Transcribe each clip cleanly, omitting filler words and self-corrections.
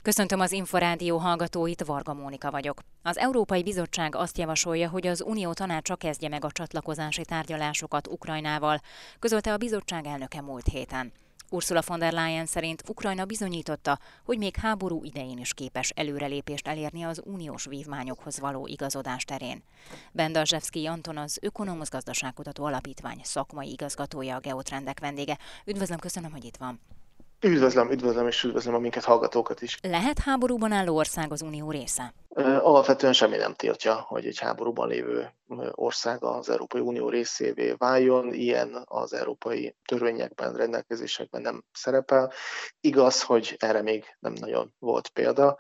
Köszöntöm az Inforádió hallgatóit, Varga Mónika vagyok. Az Európai Bizottság azt javasolja, hogy az Unió tanácsa kezdje meg a csatlakozási tárgyalásokat Ukrajnával, közölte a bizottság elnöke múlt héten. Ursula von der Leyen szerint Ukrajna bizonyította, hogy még háború idején is képes előrelépést elérni az uniós vívmányokhoz való igazodás terén. Bendarzsevszkij Anton, az Ökonomusz Gazdaságkutató Alapítvány szakmai igazgatója, a Geotrendek vendége. Üdvözlöm, köszönöm, hogy itt van. Üdvözlöm, és üdvözlöm a minket hallgatókat is. Lehet háborúban álló ország az unió része? Alapvetően semmi nem tiltja, hogy egy háborúban lévő ország az Európai Unió részévé váljon. Ilyen az európai törvényekben, rendelkezésekben nem szerepel. Igaz, hogy erre még nem nagyon volt példa,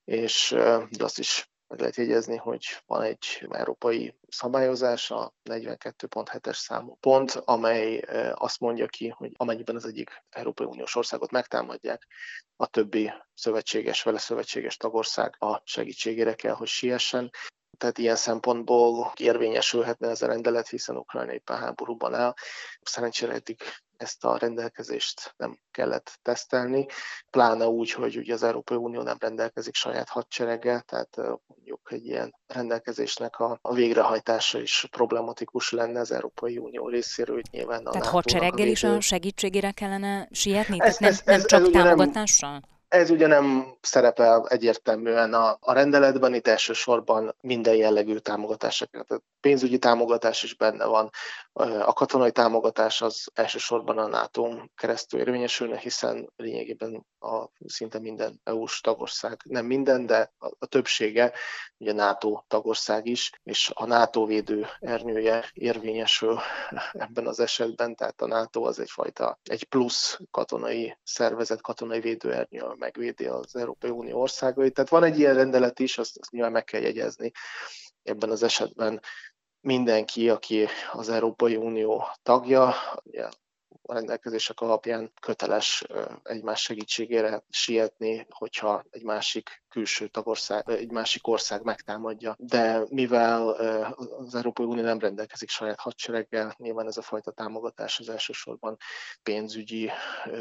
és azt is meg lehet jegyezni, hogy van egy európai szabályozás, a 42.7-es számú pont, amely azt mondja ki, hogy amennyiben az egyik Európai Uniós országot megtámadják, a többi vele szövetséges tagország a segítségére kell, hogy siessen. Tehát ilyen szempontból érvényesülhetne ez a rendelet, hiszen Ukrajna éppen háborúban áll. Szerencsére eddig ezt a rendelkezést nem kellett tesztelni, pláne úgy, hogy ugye az Európai Unió nem rendelkezik saját hadsereggel, tehát mondjuk egy ilyen rendelkezésnek a végrehajtása is problematikus lenne az Európai Unió részéről, hogy nyilván a Tehát NATO-nak hadsereggel is a segítségére kellene sietni? Ez Nem csak ugye támogatással? Ez ugye nem szerepel egyértelműen a rendeletben, itt elsősorban minden jellegű támogatásra kell. Tehát pénzügyi támogatás is benne van, a katonai támogatás az elsősorban a NATO-n keresztül érvényesülne, hiszen lényegében szinte minden EU-s tagország, nem minden, de a többsége ugye NATO tagország is, és a NATO védő ernyője érvényesül ebben az esetben, tehát a NATO az egy plusz katonai szervezet, katonai védőernyő megvédi az Európai Unió országait. Tehát van egy ilyen rendelet is, azt nyilván meg kell jegyezni. Ebben az esetben mindenki, aki az Európai Unió tagja, ugye a rendelkezések alapján köteles egymás segítségére sietni, hogyha egy másik külső tagország, egy másik ország megtámadja. De mivel az Európai Unió nem rendelkezik saját hadsereggel, nyilván ez a fajta támogatás az elsősorban pénzügyi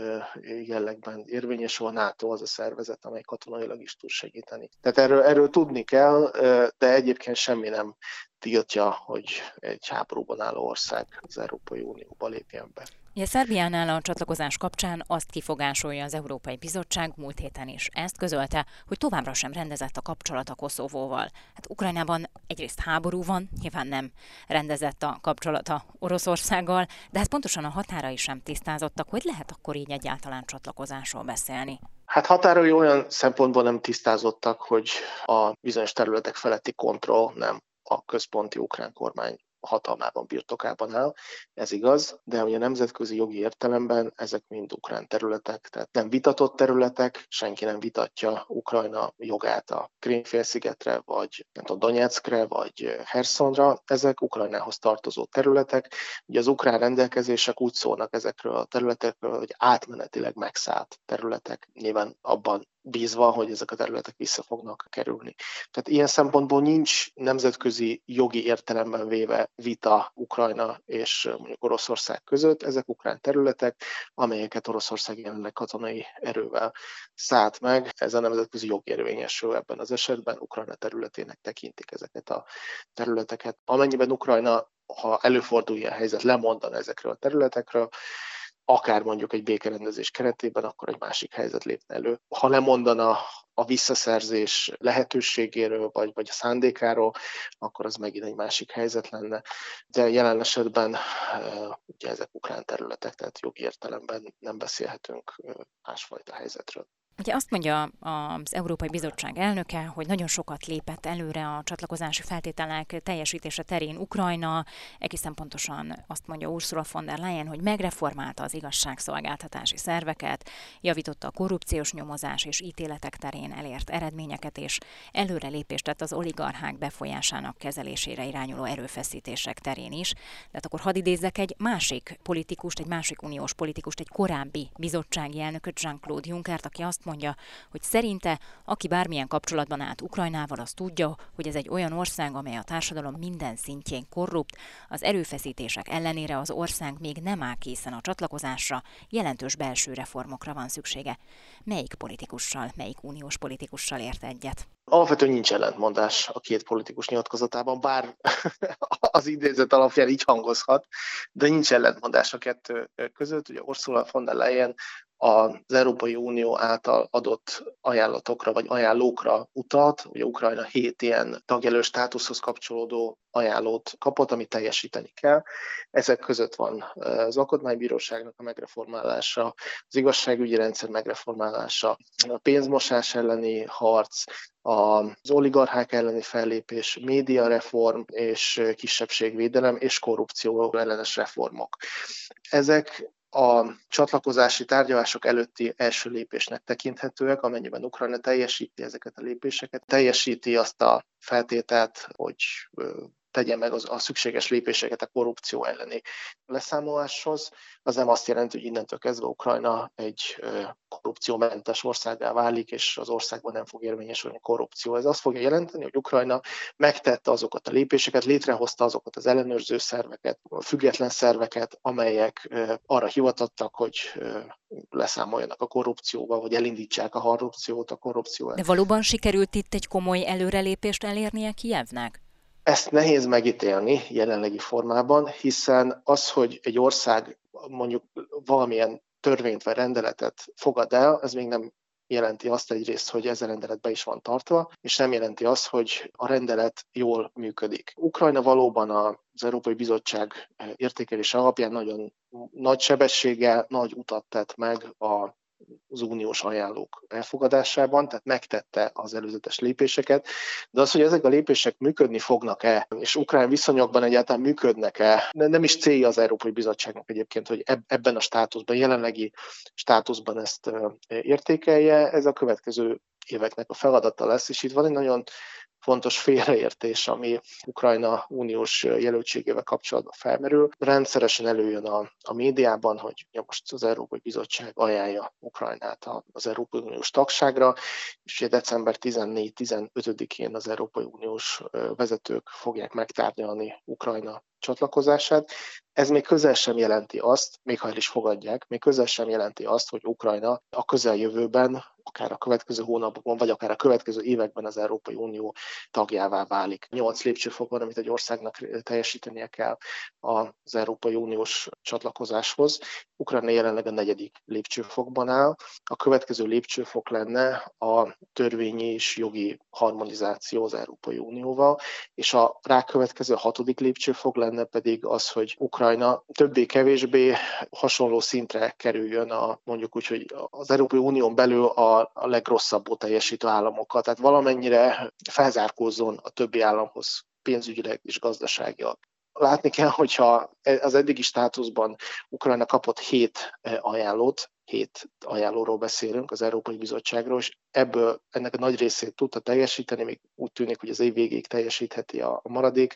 jellegben érvényesül. A NATO az a szervezet, amely katonailag is tud segíteni. Tehát erről tudni kell, de egyébként semmi nem tiltja, hogy egy háborúban álló ország az Európai Unióba lépjen be. Ugye Szerbiánál a csatlakozás kapcsán azt kifogásolja az Európai Bizottság múlt héten is. Ezt közölte, hogy továbbra sem rendezett a kapcsolat a Koszovóval. Hát Ukrajnában egyrészt háború van, nyilván nem rendezett a kapcsolata Oroszországgal, de hát pontosan a határai sem tisztázottak, hogy lehet akkor így egyáltalán csatlakozásról beszélni. Hát határai olyan szempontból nem tisztázottak, hogy a bizonyos területek feletti kontroll nem a központi ukrán kormány hatalmában, birtokában áll, ez igaz, de ugye nemzetközi jogi értelemben ezek mind ukrán területek, tehát nem vitatott területek, senki nem vitatja Ukrajna jogát a Krím-félszigetre, vagy Donyeckre, vagy Hersonra, ezek Ukrajnához tartozó területek. Ugye az ukrán rendelkezések úgy szólnak ezekről a területekről, hogy átmenetileg megszállt területek, nyilván abban bízva, hogy ezek a területek vissza fognak kerülni. Tehát ilyen szempontból nincs nemzetközi jogi értelemben véve vita Ukrajna és mondjuk Oroszország között. Ezek ukrán területek, amelyeket Oroszország jelenleg katonai erővel szállt meg. Ez a nemzetközi jog érvényesül ebben az esetben. Ukrajna területének tekintik ezeket a területeket. Amennyiben Ukrajna, ha előfordul ilyen helyzet, lemondana ezekről a területekről, akár mondjuk egy békerendezés keretében, akkor egy másik helyzet lépne elő. Ha lemondana a visszaszerzés lehetőségéről, vagy a szándékáról, akkor az megint egy másik helyzet lenne. De jelen esetben ugye ezek ukrán területek, tehát jogi értelemben nem beszélhetünk másfajta helyzetről. Ugye azt mondja az Európai Bizottság elnöke, hogy nagyon sokat lépett előre a csatlakozási feltételek teljesítése terén Ukrajna, egészen pontosan azt mondja Ursula von der Leyen, hogy megreformálta az igazságszolgáltatási szerveket, javította a korrupciós nyomozás és ítéletek terén elért eredményeket, és előrelépést tett az oligarchák befolyásának kezelésére irányuló erőfeszítések terén is. Tehát akkor hadd idézzek egy másik politikust, egy másik uniós politikust, egy korábbi bizottsági elnököt, Jean-Claude Junckert, aki azt mondja, hogy szerinte, aki bármilyen kapcsolatban állt Ukrajnával, az tudja, hogy ez egy olyan ország, amely a társadalom minden szintjén korrupt, az erőfeszítések ellenére az ország még nem áll készen a csatlakozásra, jelentős belső reformokra van szüksége. Melyik politikussal, melyik uniós politikussal ért egyet? Alapvetően nincs ellentmondás a két politikus nyilatkozatában, bár az idézet alapján így hangozhat, de nincs ellentmondás a kettő között. Ugye Ursula von der Leyen az Európai Unió által adott ajánlatokra vagy ajánlókra utalt. Ugye Ukrajna 7 ilyen tagjelölt státuszhoz kapcsolódó ajánlót kapott, amit teljesíteni kell. Ezek között van az alkotmánybíróságnak a megreformálása, az igazságügyi rendszer megreformálása, a pénzmosás elleni harc, az oligarchák elleni fellépés, médiareform és kisebbségvédelem és korrupció ellenes reformok. Ezek a csatlakozási tárgyalások előtti első lépésnek tekinthetőek, amennyiben Ukrajna teljesíti ezeket a lépéseket, teljesíti azt a feltételt, hogy tegye meg a szükséges lépéseket a korrupció elleni leszámoláshoz. Az nem azt jelenti, hogy innentől kezdve Ukrajna egy korrupciómentes országgá válik, és az országban nem fog érvényesülni a korrupció. Ez azt fogja jelenteni, hogy Ukrajna megtette azokat a lépéseket, létrehozta azokat az ellenőrző szerveket, független szerveket, amelyek arra hivatottak, hogy leszámoljanak a korrupcióval, vagy elindítsák a korrupciót, a korrupció. De valóban sikerült itt egy komoly előrelépést elérnie Kijevnek? Ezt nehéz megítélni jelenlegi formában, hiszen az, hogy egy ország mondjuk valamilyen törvényt vagy rendeletet fogad el, ez még nem jelenti azt egyrészt, hogy ez a rendelet be is van tartva, és nem jelenti azt, hogy a rendelet jól működik. Ukrajna valóban az Európai Bizottság értékelése alapján nagyon nagy sebességgel, nagy utat tett meg az uniós ajánlók elfogadásában, tehát megtette az előzetes lépéseket, de az, hogy ezek a lépések működni fognak-e, és ukrán viszonyokban egyáltalán működnek-e, nem is célja az Európai Bizottságnak egyébként, hogy ebben a státuszban, jelenlegi státuszban ezt értékelje, ez a következő éveknek a feladata lesz, és itt van egy nagyon fontos félreértés, ami Ukrajna uniós jelöltségével kapcsolatban felmerül. Rendszeresen előjön a médiában, hogy most az Európai Bizottság ajánlja Ukrajnát az Európai Uniós tagságra, és december 14-15-én az Európai Uniós vezetők fogják megtárgyalni Ukrajna csatlakozását. Ez még közel sem jelenti azt, még ha el is fogadják, még közel sem jelenti azt, hogy Ukrajna a közeljövőben, akár a következő hónapokban, vagy akár a következő években az Európai Unió tagjává válik. 8 lépcsőfok van, amit egy országnak teljesítenie kell az Európai Uniós csatlakozáshoz. Ukrajna jelenleg a 4. lépcsőfokban áll. A következő lépcsőfok lenne a törvényi és jogi harmonizáció az Európai Unióval, és a rákövetkező 6. lépcsőfok lenne pedig az, hogy Ukrajna többé-kevésbé hasonló szintre kerüljön mondjuk úgy, hogy az Európai Unión belül a legrosszabbul teljesítő államokkal, tehát valamennyire felzárkózzon a többi államhoz pénzügyileg és gazdaságilag. Látni kell, hogyha az eddigi státuszban Ukrajna kapott 7 ajánlót, 7 ajánlóról beszélünk az Európai Bizottságról, és ennek a nagy részét tudta teljesíteni, még úgy tűnik, hogy az év végéig teljesítheti a maradék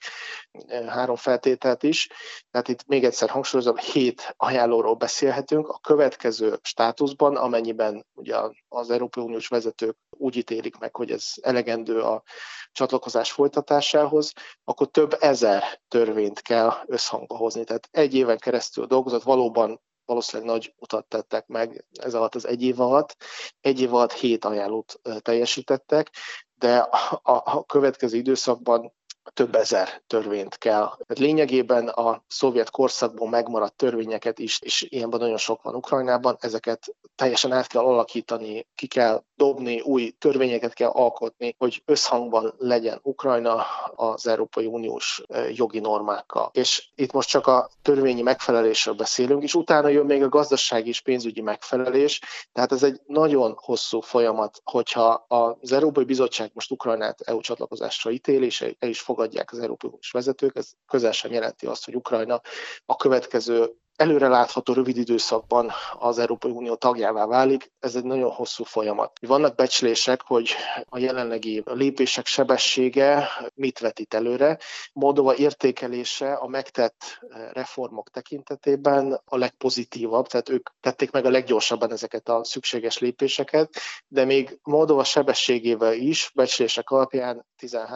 3 feltételt is. Tehát itt még egyszer hangsúlyozom, 7 ajánlóról beszélhetünk. A következő státuszban, amennyiben ugye az Európai Uniós vezetők úgy ítélik meg, hogy ez elegendő a csatlakozás folytatásához, akkor több ezer törvényt kell összhangba hozni. Tehát egy éven keresztül dolgozott, valószínűleg nagy utat tettek meg ez alatt az egy év alatt. Egy év alatt 7 ajánlót teljesítettek, de a következő időszakban több ezer törvényt kell. Tehát lényegében a szovjet korszakból megmaradt törvényeket is, és ilyenben nagyon sok van Ukrajnában, ezeket teljesen át kell alakítani, ki kell dobni, új törvényeket kell alkotni, hogy összhangban legyen Ukrajna az Európai Uniós jogi normákkal. És itt most csak a törvényi megfelelésről beszélünk, és utána jön még a gazdasági és pénzügyi megfelelés, tehát ez egy nagyon hosszú folyamat, hogyha az Európai Bizottság most Ukrajnát EU csatlakozásra ítél, és el is fogadják az Európai Uniós vezetők, ez közel sem jelenti azt, hogy Ukrajna a következő előre látható rövid időszakban az Európai Unió tagjává válik, ez egy nagyon hosszú folyamat. Vannak becslések, hogy a jelenlegi lépések sebessége mit vetít előre. Moldova értékelése a megtett reformok tekintetében a legpozitívabb, tehát ők tették meg a leggyorsabban ezeket a szükséges lépéseket, de még Moldova sebességével is becslések alapján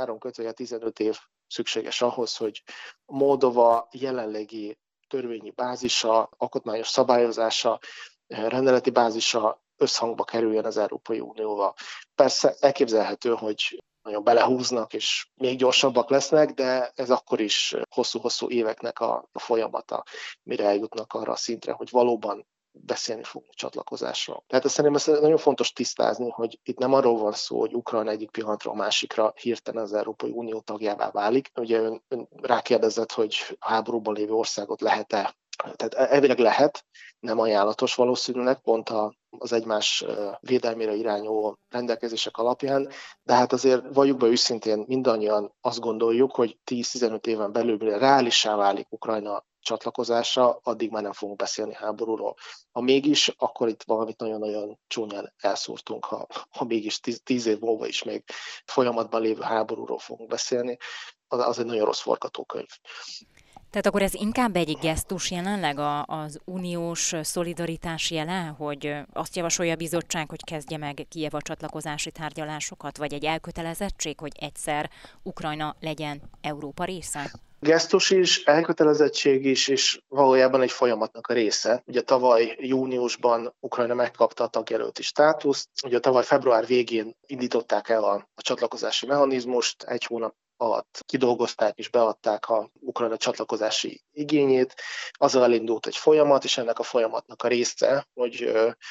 13-15 év szükséges ahhoz, hogy Moldova jelenlegi törvényi bázisa, alkotmányos szabályozása, rendeleti bázisa összhangba kerüljön az Európai Unióval. Persze elképzelhető, hogy nagyon belehúznak, és még gyorsabbak lesznek, de ez akkor is hosszú-hosszú éveknek a folyamata, mire eljutnak arra a szintre, hogy valóban beszélni fogunk csatlakozásról. Tehát szerintem ezt nagyon fontos tisztázni, hogy itt nem arról van szó, hogy Ukrajna egyik pillanatról a másikra hirtelen az Európai Unió tagjává válik. Ugye ön rákérdezett, hogy a háborúban lévő országot lehet-e. Tehát elvileg lehet, nem ajánlatos valószínűleg, pont az egymás védelmére irányuló rendelkezések alapján, de hát azért valljuk be őszintén, mindannyian azt gondoljuk, hogy 10-15 éven belül reálissá válik Ukrajna csatlakozása, addig már nem fogunk beszélni háborúról. Ha mégis, akkor itt valamit nagyon-nagyon csúnyán elszúrtunk, ha mégis 10 év múlva is még folyamatban lévő háborúról fogunk beszélni, az egy nagyon rossz forgatókönyv. Tehát akkor ez inkább egy gesztus jelenleg az uniós szolidaritás jele, hogy azt javasolja a bizottság, hogy kezdje meg Kijev a csatlakozási tárgyalásokat, vagy egy elkötelezettség, hogy egyszer Ukrajna legyen Európa része? Gesztus is, elkötelezettség is, és valójában egy folyamatnak a része. Ugye tavaly júniusban Ukrajna megkapta a tagjelölti státuszt, ugye tavaly február végén indították el a csatlakozási mechanizmust, egy hónap alatt kidolgozták és beadták a Ukrajna csatlakozási igényét. Azzal elindult egy folyamat, és ennek a folyamatnak a része, hogy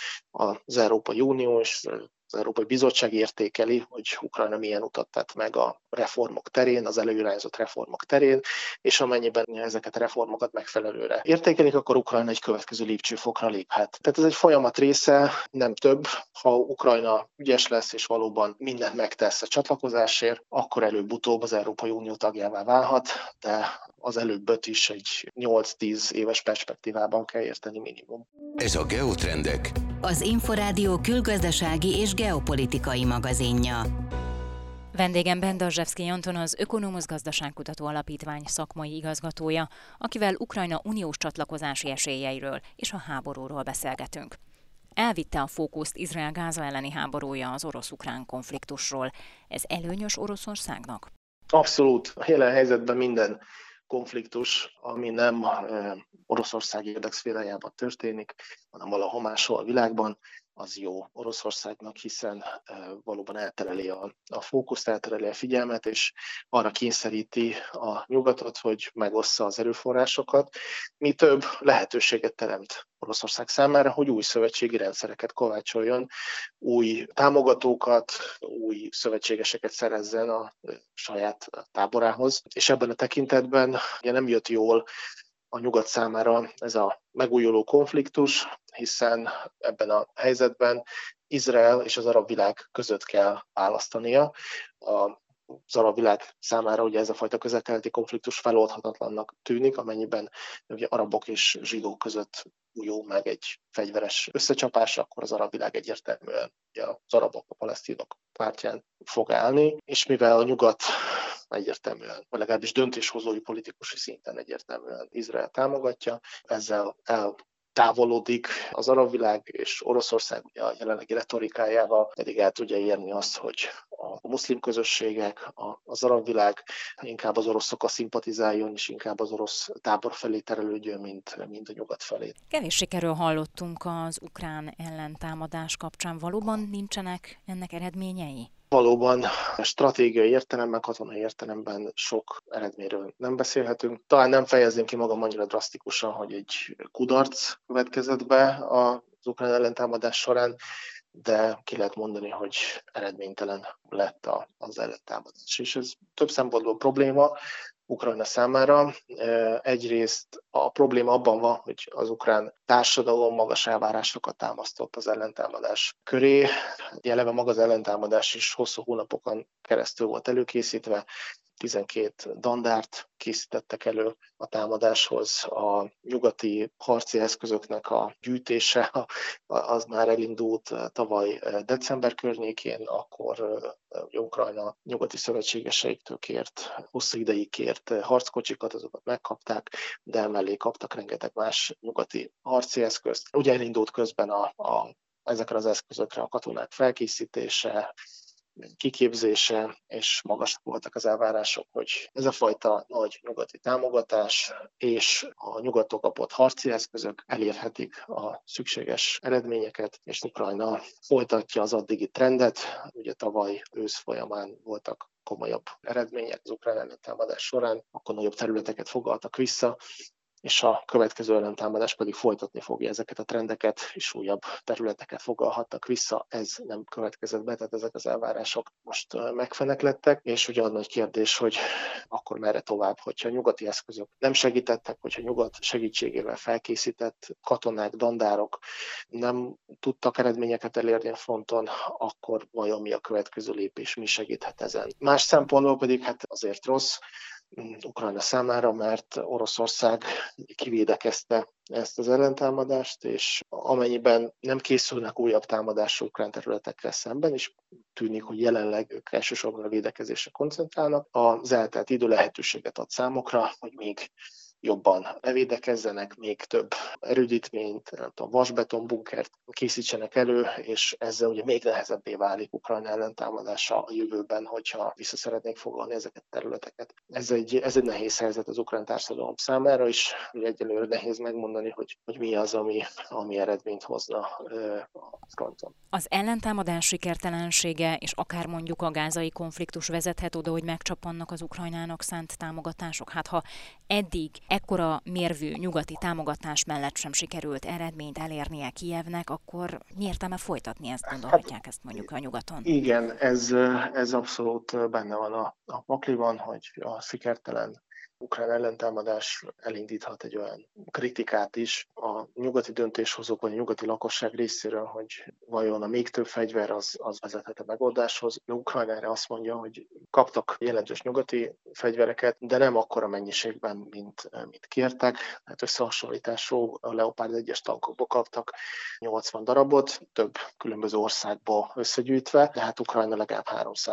az Európai Unió és az Európai Bizottság értékeli, hogy Ukrajna milyen utat tett meg a reformok terén, az előirányzott reformok terén, és amennyiben ezeket a reformokat megfelelőre értékelik, akkor Ukrajna egy következő lépcsőfokra léphet. Tehát ez egy folyamat része, nem több. Ha Ukrajna ügyes lesz, és valóban mindent megtesz a csatlakozásért, akkor előbb-utóbb az Európai Unió tagjává válhat, de az előbböt is egy 8-10 éves perspektívában kell érteni minimum. Ez a Geotrendek, az Inforádió külgazdasági és geopolitikai magazinja. Vendégem Bendarzsevszky Anton, az Ökonomusz Gazdaságkutató Alapítvány szakmai igazgatója, akivel Ukrajna uniós csatlakozási esélyeiről és a háborúról beszélgetünk. Elvitte a fókuszt Izrael-Gáza elleni háborúja az orosz-ukrán konfliktusról. Ez előnyös Oroszországnak? Abszolút. A jelen helyzetben minden konfliktus, ami nem Oroszország érdekszférájában történik, hanem valahol máshol a világban, az jó Oroszországnak, hiszen valóban eltereli a fókuszt, eltereli a figyelmet, és arra kényszeríti a nyugatot, hogy megossza az erőforrásokat. Mi több lehetőséget teremt Oroszország számára, hogy új szövetségi rendszereket kovácsoljon, új támogatókat, új szövetségeseket szerezzen a saját táborához. És ebben a tekintetben ugye nem jött jól a nyugat számára ez a megújuló konfliktus, hiszen ebben a helyzetben Izrael és az arab világ között kell választania. Az arab világ számára ugye ez a fajta közel-keleti konfliktus feloldhatatlannak tűnik, amennyiben ugye arabok és zsidók között újul meg egy fegyveres összecsapás, akkor az arab világ egyértelműen ugye az arabok, a palesztinok pártján fog állni, és mivel a nyugat egyértelműen, vagy legalábbis döntéshozói politikusi szinten egyértelműen Izrael támogatja, ezzel eltávolodik az arab világ, és Oroszország ugye a jelenlegi retorikájával pedig el tudja érni azt, hogy a muszlim közösségek, az arab világ inkább az oroszokkal szimpatizáljon, és inkább az orosz tábor felé terelődjön, mint a nyugat felé. Kevés sikerről hallottunk az ukrán ellentámadás kapcsán. Valóban nincsenek ennek eredményei? Valóban stratégiai értelemben, katonai értelemben sok eredményről nem beszélhetünk. Talán nem fejezném ki magam annyira drasztikusan, hogy egy kudarc következett be az ukrán ellentámadás során, de ki lehet mondani, hogy eredménytelen lett az ellentámadás. És ez több szempontból probléma Ukrajna számára. Egyrészt a probléma abban van, hogy az ukrán társadalom magas elvárásokat támasztott az ellentámadás köré. Eleve maga az ellentámadás is hosszú hónapokon keresztül volt előkészítve, 12 dandárt készítettek elő a támadáshoz. A nyugati harci eszközöknek a gyűjtése az már elindult tavaly december környékén, akkor Ukrajna nyugati szövetségeseiktől hosszú ideig kért harckocsikat, azokat megkapták, de emellé kaptak rengeteg más nyugati harci eszközt. Ugye elindult közben ezekre az eszközökre a katonák felkészítése, kiképzése, és magasak voltak az elvárások, hogy ez a fajta nagy nyugati támogatás és a nyugattól kapott harci eszközök elérhetik a szükséges eredményeket, és Ukrajna folytatja az addigi trendet. Ugye tavaly ősz folyamán voltak komolyabb eredmények az ukrán ellentámadás során, akkor nagyobb területeket foglaltak vissza, és a következő ellentámadás pedig folytatni fogja ezeket a trendeket, és újabb területeket foglalhatnak vissza. Ez nem következett be, tehát ezek az elvárások most megfeneklettek, és ugye a nagy kérdés, hogy akkor merre tovább, hogyha nyugati eszközök nem segítettek, hogyha nyugat segítségével felkészített katonák, dandárok nem tudtak eredményeket elérni a fronton, akkor vajon mi a következő lépés, mi segíthet ezen. Más szempontból pedig hát azért rossz Ukrajna számára, mert Oroszország kivédekezte ezt az ellentámadást, és amennyiben nem készülnek újabb támadások ukrán területekre szemben, és tűnik, hogy jelenleg ők elsősorban a védekezésre koncentrálnak, az eltelt idő lehetőséget ad számokra, hogy még jobban bevédekezzenek, még több erődítményt, vasbetonbunkert készítsenek elő, és ezzel ugye még nehezebbé válik Ukrajna ellentámadása a jövőben, hogyha vissza szeretnék foglalni ezeket a területeket. Ez egy nehéz helyzet az ukrán társadalom számára, és egyelőre nehéz megmondani, hogy mi az, ami eredményt hozna a fronton. Az ellentámadás sikertelensége és akár mondjuk a gázai konfliktus vezethet oda, hogy megcsappannak az Ukrajnának szánt támogatások. Hát ha eddig ekkora mérvű nyugati támogatás mellett sem sikerült eredményt elérnie Kijevnek, akkor mi értelme folytatni ezt, gondolhatják ezt mondjuk a nyugaton? Igen, ez abszolút benne van a pakliban, hogy a sikertelen ukrán ellentámadás elindíthat egy olyan kritikát is a nyugati döntéshozók vagy a nyugati lakosság részéről, hogy vajon a még több fegyver az vezethet a megoldáshoz. Ukrajna erre azt mondja, hogy kaptak jelentős nyugati fegyvereket, de nem akkora mennyiségben, mint kértek. Hát összehasonlításról a Leopard 1-es tankokból kaptak 80 darabot, több különböző országból összegyűjtve, de hát Ukrajna legalább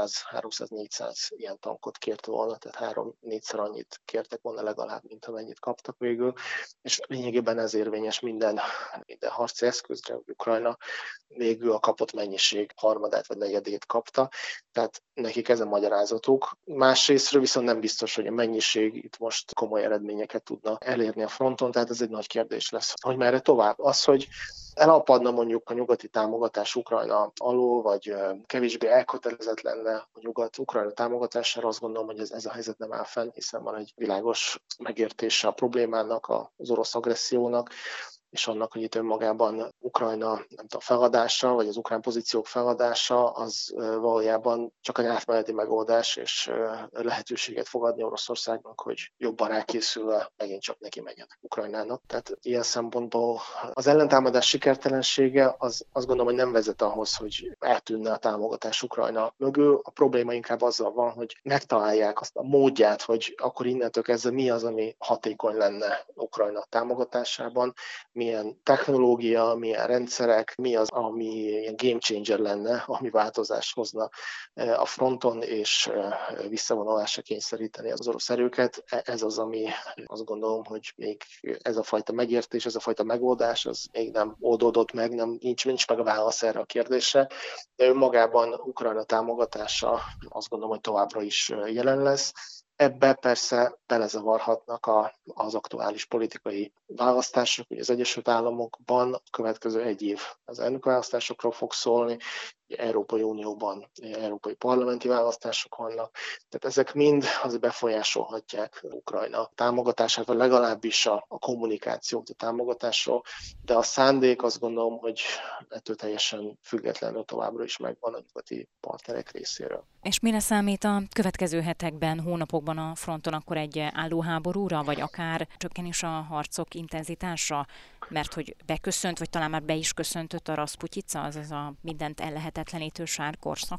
300-400 ilyen tankot kért volna, tehát 3-4-szer annyit kértek volna legalább, mint amennyit kaptak végül, és lényegében ez érvényes minden harci eszközre, hogy Ukrajna végül a kapott mennyiség harmadát vagy negyedét kapta, tehát nekik ez a magyarázatuk. Másrésztről viszont nem biztos, hogy a mennyiség itt most komoly eredményeket tudna elérni a fronton, tehát ez egy nagy kérdés lesz, hogy merre tovább. Az, hogy elapadna mondjuk a nyugati támogatás Ukrajna alól, vagy kevésbé elkötelezett lenne a nyugat Ukrajna támogatására, azt gondolom, hogy ez a helyzet nem áll fenn, hiszen van egy világos megértése a problémának, az orosz agressziónak, és annak, hogy itt önmagában Ukrajna feladása, vagy az ukrán pozíciók feladása, az valójában csak egy átmeneti megoldás, és lehetőséget fog adni Oroszországnak, hogy jobban rákészülve megint csak neki menjenek Ukrajnának. Tehát ilyen szempontból az ellentámadás sikertelensége azt gondolom, hogy nem vezet ahhoz, hogy eltűnne a támogatás Ukrajna mögül. A probléma inkább azzal van, hogy megtalálják azt a módját, hogy akkor innentől kezdve mi az, ami hatékony lenne Ukrajna támogatásában, milyen technológia, milyen rendszerek, mi az, ami ilyen game changer lenne, ami változást hozna a fronton, és visszavonulásra kényszeríteni az orosz erőket. Ez az, ami azt gondolom, hogy még ez a fajta megértés, ez a fajta megoldás, az még nem oldódott meg, nincs meg a válasz erre a kérdésre. De önmagában Ukrajna támogatása azt gondolom, hogy továbbra is jelen lesz. Ebbe persze belezavarhatnak az aktuális politikai választások, hogy az Egyesült Államokban a következő egy év az elnökválasztásokról fog szólni, Európai Unióban európai parlamenti választások vannak, tehát ezek mind az befolyásolhatják Ukrajna támogatását, vagy legalábbis a kommunikációt a támogatásról, de a szándék azt gondolom, hogy ettől teljesen függetlenül továbbra is megvan a nyugati partnerek részéről. És mire számít a következő hetekben, hónapokban a fronton, akkor egy álló háborúra, vagy akár csökkenés a harcok intenzitása, mert hogy beköszönt, vagy talán már be is köszöntött a Raszputyica, azaz a mindent ellehetetlenítő sár korszaka?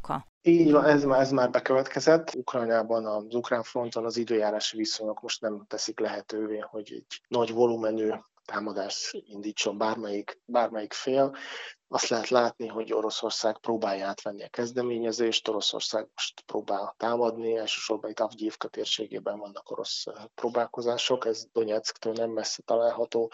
Így van, ez már bekövetkezett. Ukrajnában, az ukrán fronton az időjárási viszonyok most nem teszik lehetővé, hogy egy nagy volumenű támadást indítson bármelyik fél. Azt lehet látni, hogy Oroszország próbálja átvenni a kezdeményezést, Oroszország most próbál támadni, elsősorban itt Avgyivka térségében vannak orosz próbálkozások, ez Donyeckktől nem messze található.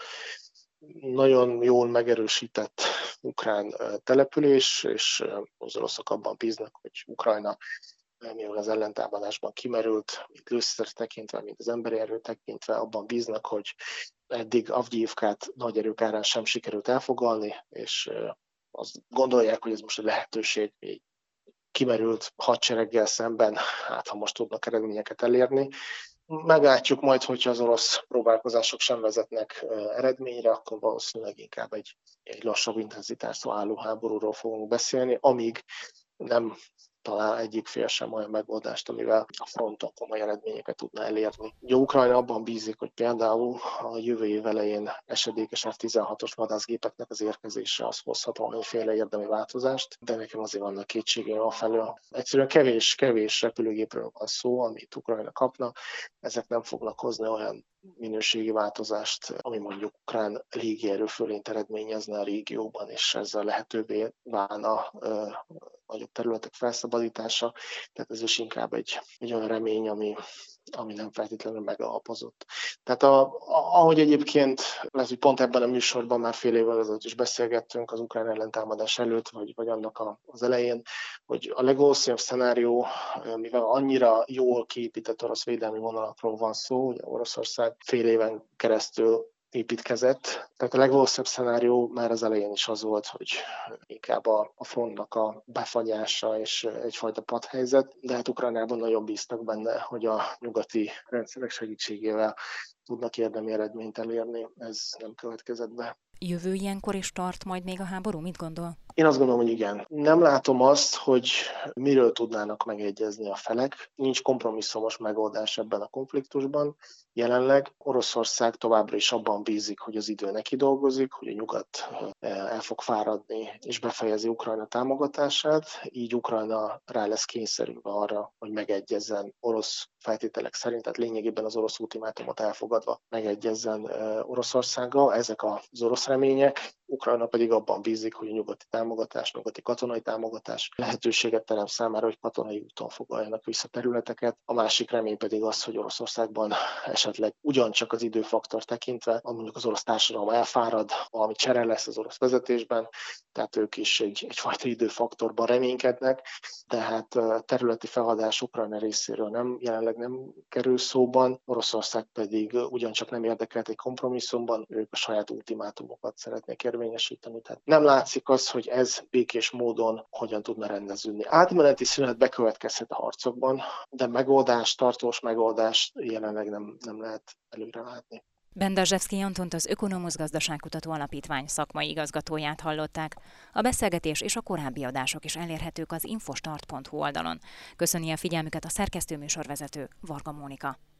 Nagyon jól megerősített ukrán település, és az oroszok abban bíznak, hogy Ukrajna, mivel az ellentámadásban kimerült, mint lőszer tekintve, mint az emberi erő tekintve, abban bíznak, hogy eddig Avgyivkát nagy erők árán sem sikerült elfoglalni, és azt gondolják, hogy ez most a lehetőség egy kimerült hadsereggel szemben, hát ha most tudnak eredményeket elérni. Meglátjuk majd, hogyha az orosz próbálkozások sem vezetnek eredményre, akkor valószínűleg inkább egy lassabb intenzitású álló háborúról fogunk beszélni, amíg nem talál egyik fél sem olyan megoldást, amivel a fronton komoly eredményeket tudna elérni. Ugye Ukrajna abban bízik, hogy például a jövő év elején esedékes F-16-os vadászgépeknek az érkezése az hozhat valamiféle érdemi változást, de nekem azért vannak kétségeim afelől. Egyszerűen kevés repülőgépről van szó, amit Ukrajna kapna, ezek nem fognak hozni olyan minőségi változást, ami mondjuk ukrán légierő fölényt eredményezne a régióban, és ezzel lehetővé válna nagyobb területek felszabadítása. Tehát ez is inkább egy olyan remény, ami nem feltétlenül megalapozott. Tehát ahogy egyébként lesz, hogy pont ebben a műsorban már fél évvel ezelőtt is beszélgettünk az ukrán ellentámadás előtt, vagy annak az elején, hogy a legvalószínűbb szenárió, mivel annyira jól kiépített orosz védelmi vonalakról van szó, hogy Oroszország fél éven keresztül építkezett. Tehát a legvalószínűbb szenárió már az elején is az volt, hogy inkább a frontnak a befagyása és egyfajta padhelyzet, de hát Ukrajnában nagyon bíztak benne, hogy a nyugati rendszerek segítségével tudnak érdemi eredményt elérni. Ez nem következett be. Jövő ilyenkor is tart majd még a háború? Mit gondol? Én azt gondolom, hogy igen. Nem látom azt, hogy miről tudnának megegyezni a felek. Nincs kompromisszumos megoldás ebben a konfliktusban. Jelenleg Oroszország továbbra is abban bízik, hogy az idő neki dolgozik, hogy a nyugat el fog fáradni és befejezi Ukrajna támogatását, így Ukrajna rá lesz kényszerülve arra, hogy megegyezzen orosz feltételek szerint, tehát lényegében az orosz ultimátumot elfogadva megegyezzen Oroszországgal. Ezek az orosz remények. Ukrajna pedig abban bízik, hogy a nyugati támogatás, nyugati katonai támogatás lehetőséget teremt számára, hogy katonai úton foglaljanak vissza területeket. A másik remény pedig az, hogy Oroszországban esetleg ugyancsak az időfaktor tekintve, mondjuk az orosz társadalom elfárad, valami csere lesz az orosz vezetésben, tehát ők is egyfajta időfaktorban reménykednek, tehát területi feladás Ukrajna részéről jelenleg nem kerül szóban, Oroszország pedig ugyancsak nem érdekelt egy kompromisszumban, ők a saját ultimátumokat szeretnék érvényesíteni. Tehát nem látszik az, hogy ez békés módon hogyan tudna rendeződni. Átmeneti szünet bekövetkezhet a harcokban, de tartós megoldást jelenleg nem lehet előre látni. Bendazsevszky Antont, az Ökonomusz Gazdaságkutató Alapítvány szakmai igazgatóját hallották. A beszélgetés és a korábbi adások is elérhetők az infostart.hu oldalon. Köszöni a figyelmüket a szerkesztő műsorvezető, Varga Mónika.